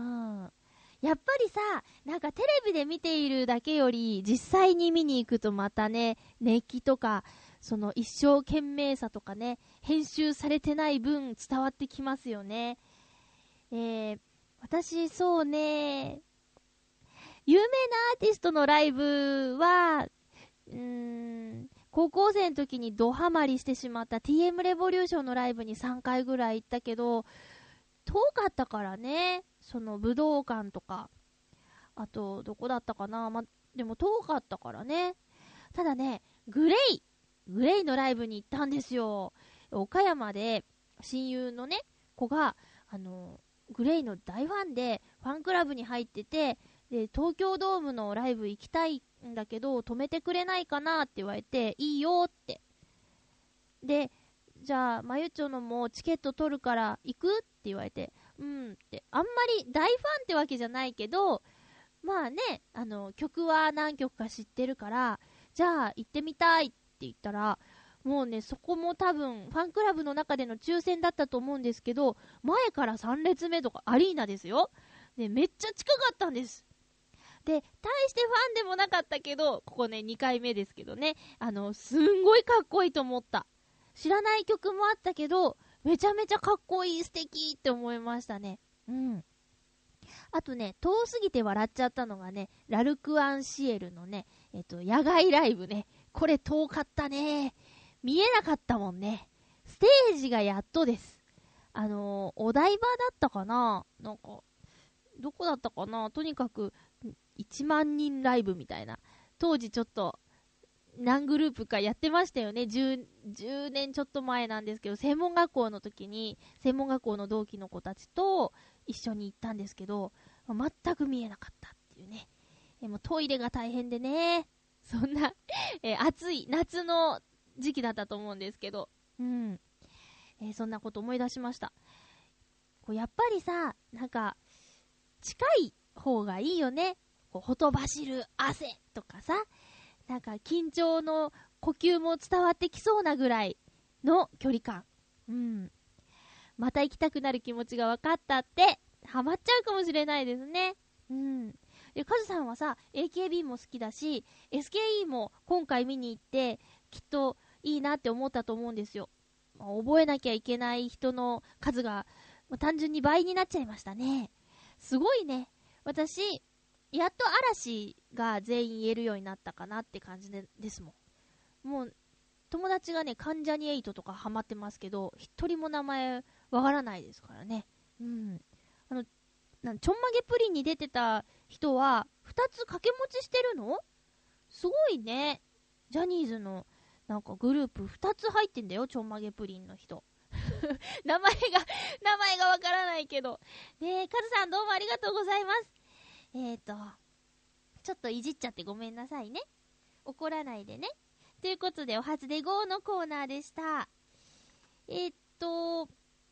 やっぱりさ、なんかテレビで見ているだけより、実際に見に行くとまたね、熱気とか、その一生懸命さとかね、編集されてない分伝わってきますよね。えー、私、そうね、有名なアーティストのライブは、うーん、高校生の時にドハマりしてしまった ティーエム レボリューションのライブにさんかいぐらい行ったけど、遠かったからね、その武道館とか、あと、どこだったかな、ま、でも遠かったからね。ただね、グレイ、グレイのライブに行ったんですよ。岡山で親友のね、子が、あの、グレイの大ファンで、ファンクラブに入ってて、で、東京ドームのライブ行きたいんだけど、止めてくれないかなって言われて、いいよって。で、じゃあ、まゆちょのもチケット取るから行くって言われて、うんって。あんまり大ファンってわけじゃないけど、まあね、あの、曲は何曲か知ってるから、じゃあ行ってみたいって言ったら、もうね、そこも多分、ファンクラブの中での抽選だったと思うんですけど、前からさん列目とかアリーナですよ。で、めっちゃ近かったんです。で、大してファンでもなかったけど、ここね、にかいめですけどね、あの、すんごいかっこいいと思った。知らない曲もあったけど、めちゃめちゃかっこいい、素敵って思いましたね。うん。あとね、遠すぎて笑っちゃったのがね、ラルクアンシエルのね、えっと、野外ライブね。これ遠かったね。見えなかったもんね。ステージがやっとです。あのー、お台場だったかな、なんか、どこだったかな、とにかく、いちまんにんライブみたいな。当時ちょっと、何グループかやってましたよね。10, じゅうねんちょっと前なんですけど、専門学校の時に、専門学校の同期の子たちと一緒に行ったんですけど、全く見えなかったっていうね。えもうトイレが大変でね、そんな、え暑い夏の時期だったと思うんですけど、うん。えー、そんなこと思い出しました。こうやっぱりさ、なんか、近い方がいいよね。こうほとばしる汗とかさ、なんか緊張の呼吸も伝わってきそうなぐらいの距離感。うん。また行きたくなる気持ちが分かったって、ハマっちゃうかもしれないですね。うん。で、カズさんはさ、エーケービー も好きだし、エスケーイー も今回見に行って、きっといいなって思ったと思うんですよ。まあ、覚えなきゃいけない人の数が、まあ、単純に倍になっちゃいましたね。すごいね。私、やっと嵐が全員言えるようになったかなって感じでですもん。もう、友達がね、関ジャニエイトとかハマってますけど、一人も名前わからないですからね。うん。あの、なんちょんまげプリンに出てた人は、二つ掛け持ちしてるの？すごいね。ジャニーズの、なんかグループ二つ入ってんだよ、ちょんまげプリンの人。名前が、名前がわからないけど。ねえ、カズさんどうもありがとうございます。えーと、ちょっといじっちゃってごめんなさいね。怒らないでね。ということで、おはずで ゴー のコーナーでした。えーっと、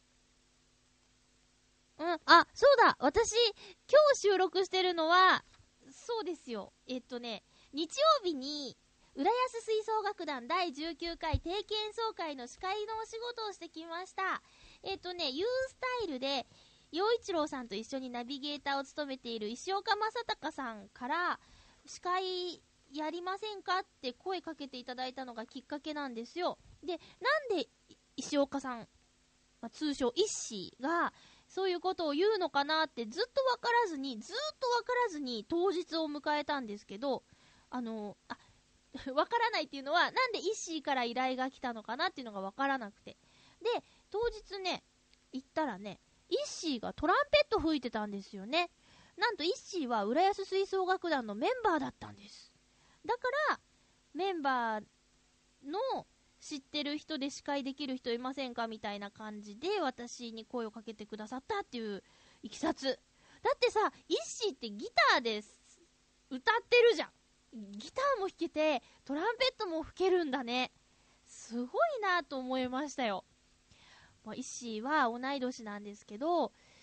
うん、あ、そうだ、私、今日収録してるのは、そうですよ。えーっとね、日曜日に、浦安吹奏楽団だいじゅうきゅうかい定期演奏会の司会のお仕事をしてきました。えーっとね、ユースタイルで、陽一郎さんと一緒にナビゲーターを務めている石岡正隆さんから司会やりませんかって声かけていただいたのがきっかけなんですよ。で、なんで石岡さん、まあ、通称イッシーがそういうことを言うのかなってずっとわからずにずっとわからずに当日を迎えたんですけど、あのあわからないっていうのはなんでイッシーから依頼が来たのかなっていうのがわからなくて、で当日ね行ったらね、イッシーがトランペット吹いてたんですよね。なんとイッシーは浦安吹奏楽団のメンバーだったんです。だからメンバーの知ってる人で司会できる人いませんかみたいな感じで私に声をかけてくださったっていういきさつ。だってさ、イッシーってギターで歌ってるじゃん。ギターも弾けてトランペットも吹けるんだね。すごいなと思いましたよ。イッシーは同い年なんですけど、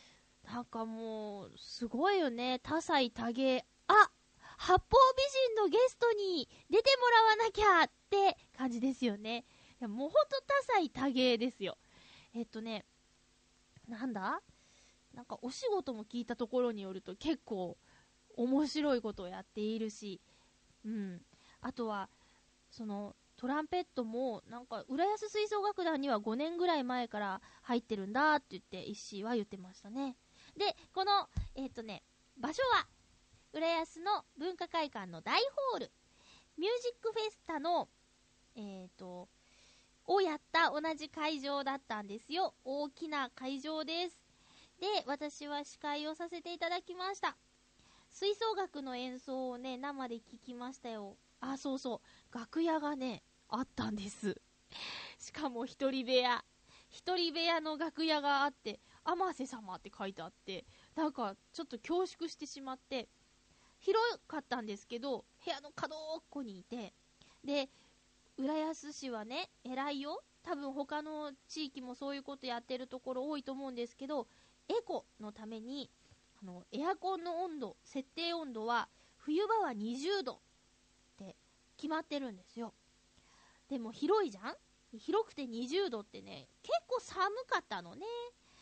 なんかもうすごいよね。多彩多芸。あ、八方美人のゲストに出てもらわなきゃって感じですよね。いやもうほんと多彩多芸ですよ。えっとねなんだなんかお仕事も聞いたところによると結構面白いことをやっているし、うん、あとはそのトランペットもなんか浦安吹奏楽団にはごねんぐらい前から入ってるんだって言って石井は言ってましたね。でこのえっとね場所は浦安の文化会館の大ホール、ミュージックフェスタのえっとをやった同じ会場だったんですよ。大きな会場です。で私は司会をさせていただきました。吹奏楽の演奏をね生で聞きましたよ。あ、そうそう、楽屋がねあったんです。しかも一人部屋一人部屋の楽屋があって、天瀬様って書いてあって、なんかちょっと恐縮してしまって、広かったんですけど部屋の角っこにいて、で浦安市はね偉いよ。多分他の地域もそういうことやってるところ多いと思うんですけど、エコのためにあのエアコンの温度、設定温度は冬場はにじゅうどって決まってるんですよ。でも広いじゃん。広くてにじゅうどってね結構寒かったのね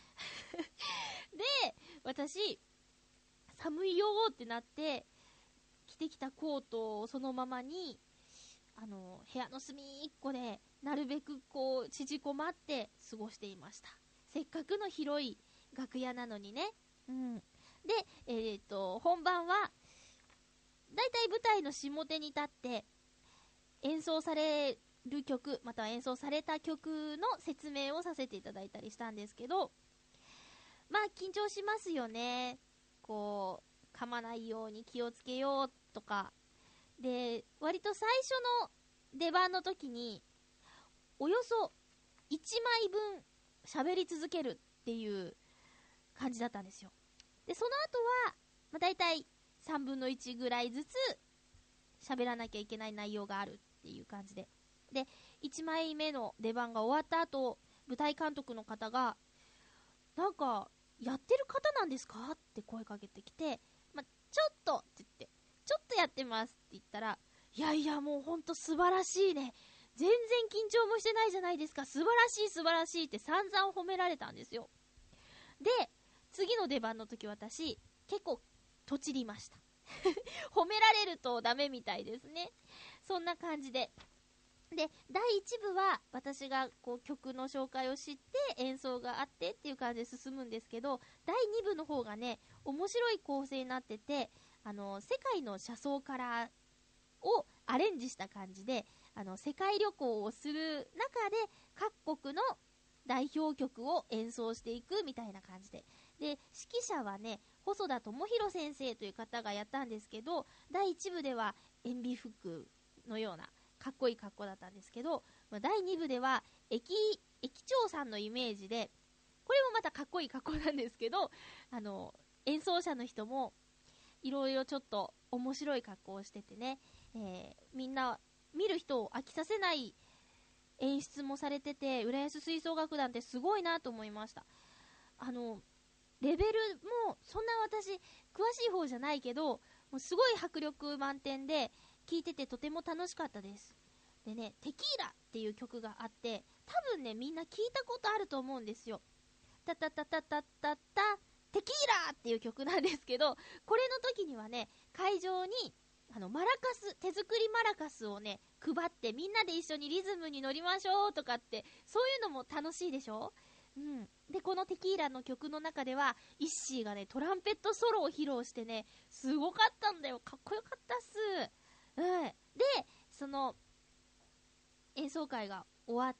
で私寒いよーってなって着てきたコートをそのままにあの部屋の隅っこでなるべくこう縮こまって過ごしていました。せっかくの広い楽屋なのにね、うん、で、えー、と本番はだいたい舞台の下手に立って演奏される曲または演奏された曲の説明をさせていただいたりしたんですけど、まあ緊張しますよね。こう噛まないように気をつけようとかで、割と最初の出番の時におよそいちまいぶん喋り続けるっていう感じだったんですよ。でその後は、まあ、だいたいさんぶんのいちぐらいずつ喋らなきゃいけない内容があるっていう感じで、でいちまいめの出番が終わった後、舞台監督の方がなんかやってる方なんですかって声かけてきて、まあ、ちょっとって言ってちょっとやってますって言ったら、いやいやもうほんと素晴らしいね、全然緊張もしてないじゃないですか、素晴らしい素晴らしいって散々褒められたんですよ。で次の出番の時私結構とちりました褒められるとダメみたいですね。そんな感じで、でだいいち部は私がこう曲の紹介を知って演奏があってっていう感じで進むんですけど、だいに部の方がね面白い構成になってて、あの世界の車窓からをアレンジした感じで、あの世界旅行をする中で各国の代表曲を演奏していくみたいな感じで、で指揮者はね細田智弘先生という方がやったんですけど、だいいち部では塩ビ服のようなかっこいい格好だったんですけど、だいに部では駅駅長さんのイメージで、これもまたかっこいい格好なんですけど、あの演奏者の人もいろいろちょっと面白い格好をしててね、えー、みんな見る人を飽きさせない演出もされてて、浦安吹奏楽団ってすごいなと思いました。あのレベルもそんな私詳しい方じゃないけど、もうすごい迫力満点で聴いててとても楽しかったです。でね、テキーラっていう曲があって、多分ねみんな聞いたことあると思うんですよ。タタタタタタタテキーラっていう曲なんですけど、これの時にはね会場にあのマラカス、手作りマラカスをね配って、みんなで一緒にリズムに乗りましょうとかって、そういうのも楽しいでしょ。うん、でこのテキーラの曲の中ではイッシーがねトランペットソロを披露してね、すごかったんだよ、かっこよかったっす。うん、でその演奏会が終わって、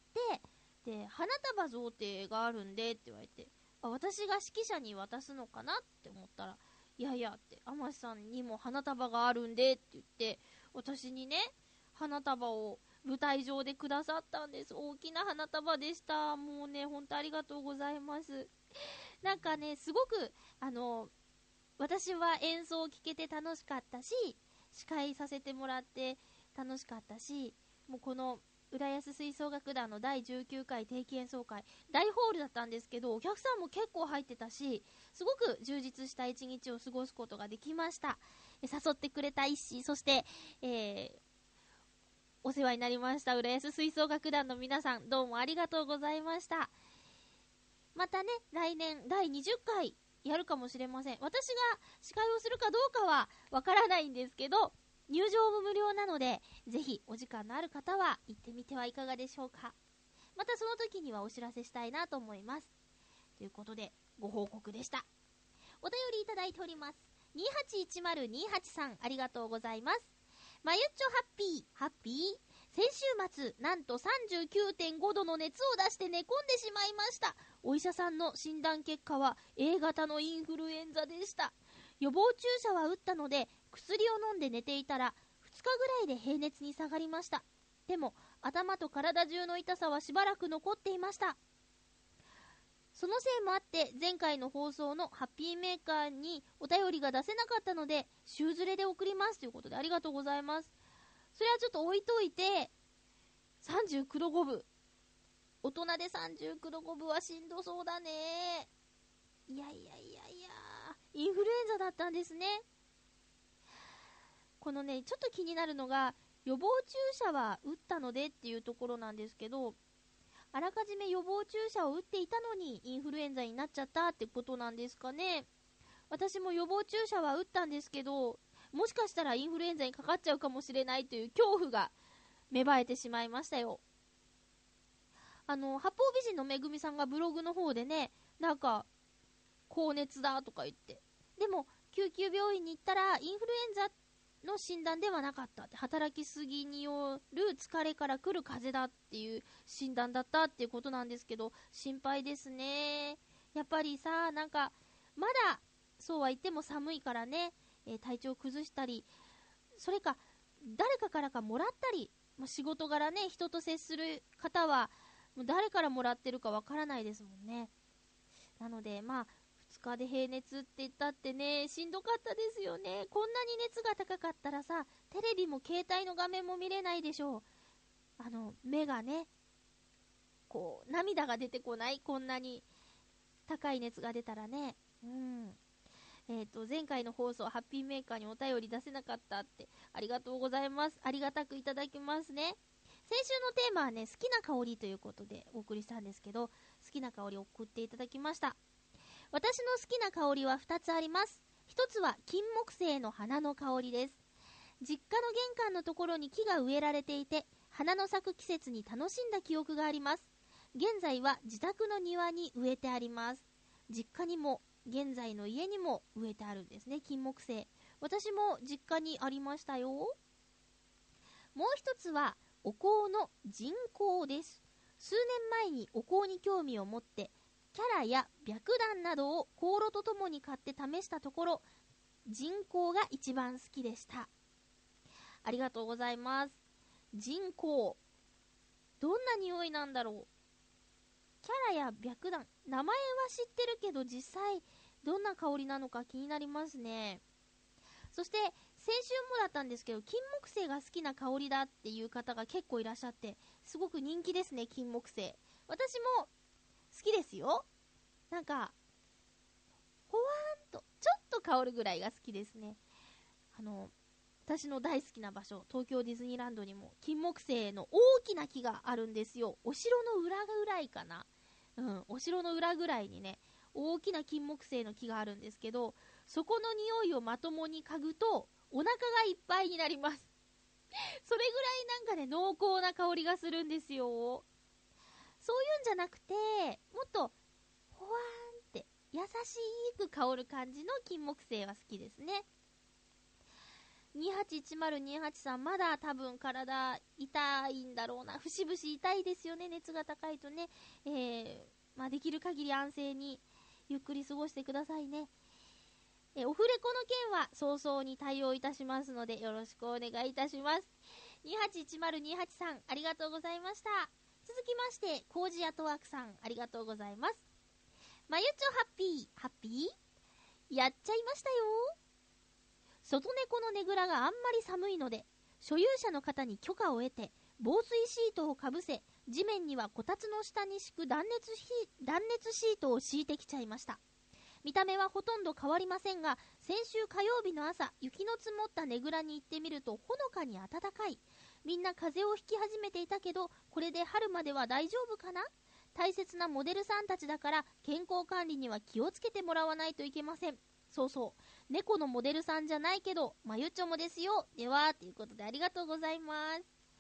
で花束贈呈があるんでって言われて、あ、私が指揮者に渡すのかなって思ったら、いやいやって、天瀬さんにも花束があるんでって言って私にね花束を舞台上でくださったんです。大きな花束でした。もうね本当ありがとうございます。なんかねすごくあの私は演奏を聴けて楽しかったし、司会させてもらって楽しかったし、もうこの浦安吹奏楽団のだいじゅうきゅうかい定期演奏会、大ホールだったんですけど、お客さんも結構入ってたし、すごく充実した一日を過ごすことができました。え誘ってくれた一子、そして、えー、お世話になりました浦安吹奏楽団の皆さん、どうもありがとうございました。またね、来年だいにじゅっかいやるかもしれません。私が司会をするかどうかはわからないんですけど、入場も無料なので、ぜひお時間のある方は行ってみてはいかがでしょうか。またその時にはお知らせしたいなと思います。ということで、ご報告でした。お便りいただいております。にはちいちまるにはちさん、ありがとうございます。まゆっちょハッピー、ハッピー。先週末、なんと さんじゅうきゅうてんご 度の熱を出して寝込んでしまいました。お医者さんの診断結果は エー 型のインフルエンザでした。予防注射は打ったので、薬を飲んで寝ていたらふつかぐらいで平熱に下がりました。でも頭と体中の痛さはしばらく残っていました。そのせいもあって前回の放送のハッピーメーカーにお便りが出せなかったので、週ずれで送りますということで、ありがとうございます。それはちょっと置いといて、さんじゅうきゅうどごぶ、大人でさんじゅうきゅうどごぶはしんどそうだね。いやいやいやいや、インフルエンザだったんですね。このね、ちょっと気になるのが、予防注射は打ったのでっていうところなんですけど、あらかじめ予防注射を打っていたのにインフルエンザになっちゃったってことなんですかね。私も予防注射は打ったんですけど、もしかしたらインフルエンザにかかっちゃうかもしれないという恐怖が芽生えてしまいましたよ。あの、八方美人のめぐみさんがブログの方でね、なんか高熱だとか言って、でも救急病院に行ったらインフルエンザの診断ではなかったって、働きすぎによる疲れから来る風邪だっていう診断だったっていうことなんですけど、心配ですね。やっぱりさ、なんかまだそうは言っても寒いからね、えー、体調崩したり、それか誰かからかもらったり、まあ、仕事柄ね、人と接する方はもう誰からもらってるかわからないですもんね。なのでまあふつかで平熱って言ったってね、しんどかったですよね。こんなに熱が高かったらさ、テレビも携帯の画面も見れないでしょう。あの目がね、こう涙が出てこない、こんなに高い熱が出たらね。うん。えっと前回の放送ハッピーメーカーにお便り出せなかったって、ありがとうございます。ありがたくいただきますね。先週のテーマはね、好きな香りということでお送りしたんですけど、好きな香りを送っていただきました。私の好きな香りはふたつあります。ひとつは金木犀の花の香りです。実家の玄関のところに木が植えられていて、花の咲く季節に楽しんだ記憶があります。現在は自宅の庭に植えてあります。実家にも現在の家にも植えてあるんですね、金木犀。私も実家にありましたよ。もう一つはお香の人香です。数年前にお香に興味を持って、キャラや白檀などを香炉とともに買って試したところ、人香が一番好きでした。ありがとうございます。人香、どんな匂いなんだろう。キャラや白檀、名前は知ってるけど実際どんな香りなのか気になりますね。そして先週もだったんですけど、金木犀が好きな香りだっていう方が結構いらっしゃって、すごく人気ですね、金木犀。私も好きですよ。なんかほわーんとちょっと香るぐらいが好きですね。あの私の大好きな場所、東京ディズニーランドにも金木犀の大きな木があるんですよ。お城の裏ぐらいかな、うん、お城の裏ぐらいにね、大きな金木犀の木があるんですけど、そこの匂いをまともに嗅ぐとお腹がいっぱいになります。それぐらいなんかね、濃厚な香りがするんですよ。そういうんじゃなくて、もっとほわーんって優しく香る感じの金木犀は好きですね。にはちいちまるにはちさん、まだ多分体痛いんだろうな。節々痛いですよね、熱が高いとね。えー、まあ、できる限り安静にゆっくり過ごしてくださいね。えー、オフレコの件は早々に対応いたしますのでよろしくお願いいたします。にはちいちまるにはちさん、ありがとうございました。続きまして、コージアトワークさん、ありがとうございます。まゆちょハッピー、ハッピーやっちゃいましたよ。外猫のねぐらがあんまり寒いので、所有者の方に許可を得て、 防水シートをかぶせ、地面にはこたつの下に敷く断熱シー、断熱シートを敷いてきちゃいました。見た目はほとんど変わりませんが、先週火曜日の朝、雪の積もったねぐらに行ってみるとほのかに暖かい。みんな風邪をひき始めていたけど、これで春までは大丈夫かな？大切なモデルさんたちだから健康管理には気をつけてもらわないといけません。そうそう、猫のモデルさんじゃないけどまゆっちょもですよ。ではということでありがとうございます。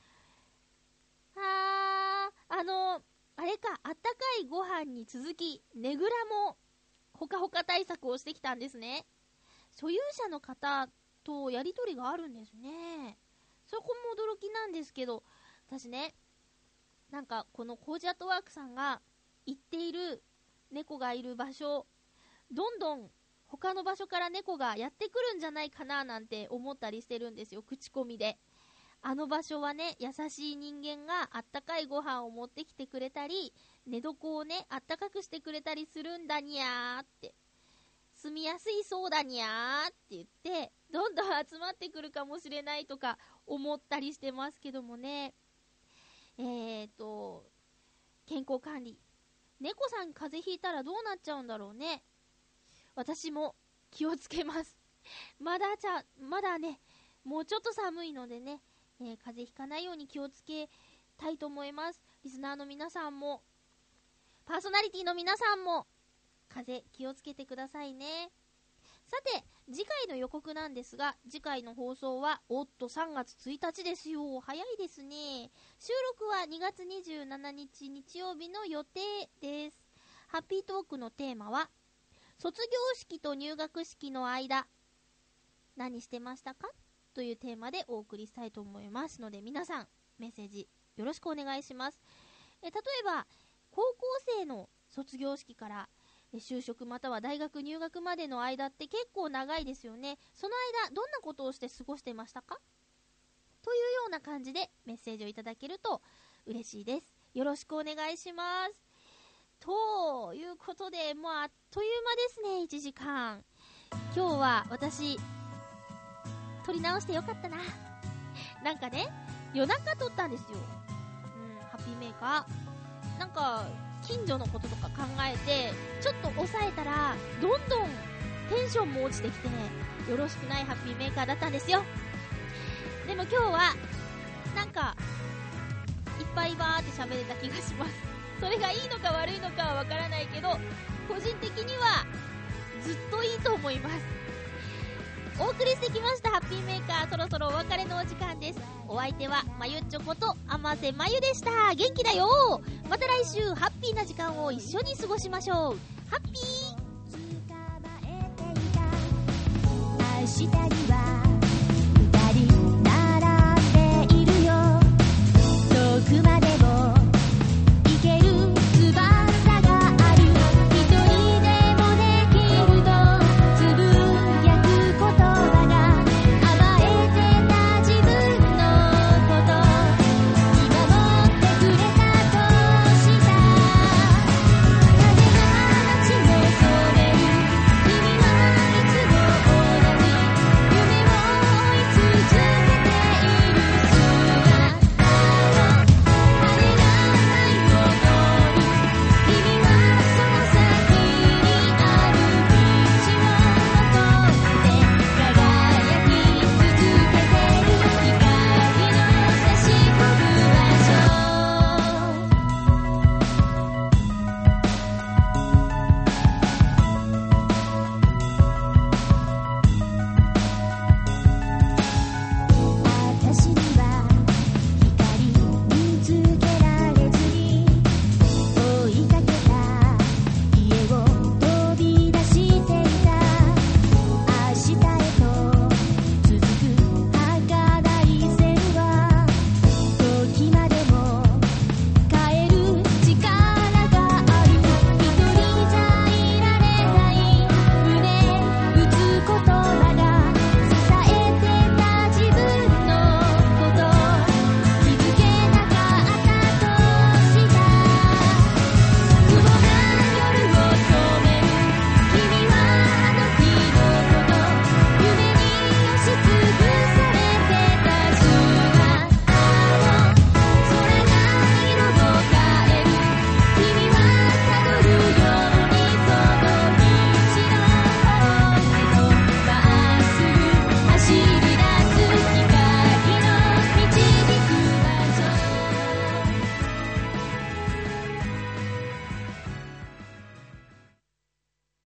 はー、あのあれか、あったかいご飯に続きねぐらもほかほか対策をしてきたんですね。所有者の方とやり取りがあるんですね。そこも驚きなんですけど、私ね、なんかこのコージアットワークさんが行っている猫がいる場所、どんどん他の場所から猫がやってくるんじゃないかななんて思ったりしてるんですよ、口コミで。あの場所はね、優しい人間があったかいご飯を持ってきてくれたり、寝床をね、あったかくしてくれたりするんだにゃーって、住みやすいそうだにゃーって言って、どんどん集まってくるかもしれないとか思ったりしてますけどもね。えーと、健康管理。猫さん風邪ひいたらどうなっちゃうんだろうね。私も気をつけます。まだじゃ、まだね、もうちょっと寒いのでね、えー、風邪ひかないように気をつけたいと思います。リスナーの皆さんも、パーソナリティの皆さんも、風邪気をつけてくださいね。さて、次回の予告なんですが、次回の放送はおっとさんがつついたちですよ。早いですね。収録はにがつにじゅうしちにち日曜日の予定です。ハッピートークのテーマは、卒業式と入学式の間何してましたかというテーマでお送りしたいと思いますので、皆さんメッセージよろしくお願いします。え例えば高校生の卒業式から就職または大学入学までの間って結構長いですよね。その間どんなことをして過ごしてましたかというような感じでメッセージをいただけると嬉しいです。よろしくお願いします。ということで、もうあっという間ですね。いちじかん。今日は私撮り直してよかったな。なんかね、夜中撮ったんですよ。うん、ハッピーメーカーなんか近所のこととか考えてちょっと抑えたらどんどんテンションも落ちてきてよろしくないハッピーメーカーだったんですよ。でも今日はなんかいっぱいバーって喋れた気がします。それがいいのか悪いのかはわからないけど、個人的にはずっといいと思います。お送りしてきましたハッピーメーカー、そろそろお別れのお時間です。お相手はまゆっちょこと甘瀬まゆでした。元気だよ。また来週ハッピーな時間を一緒に過ごしましょう。ハッピー。 明日には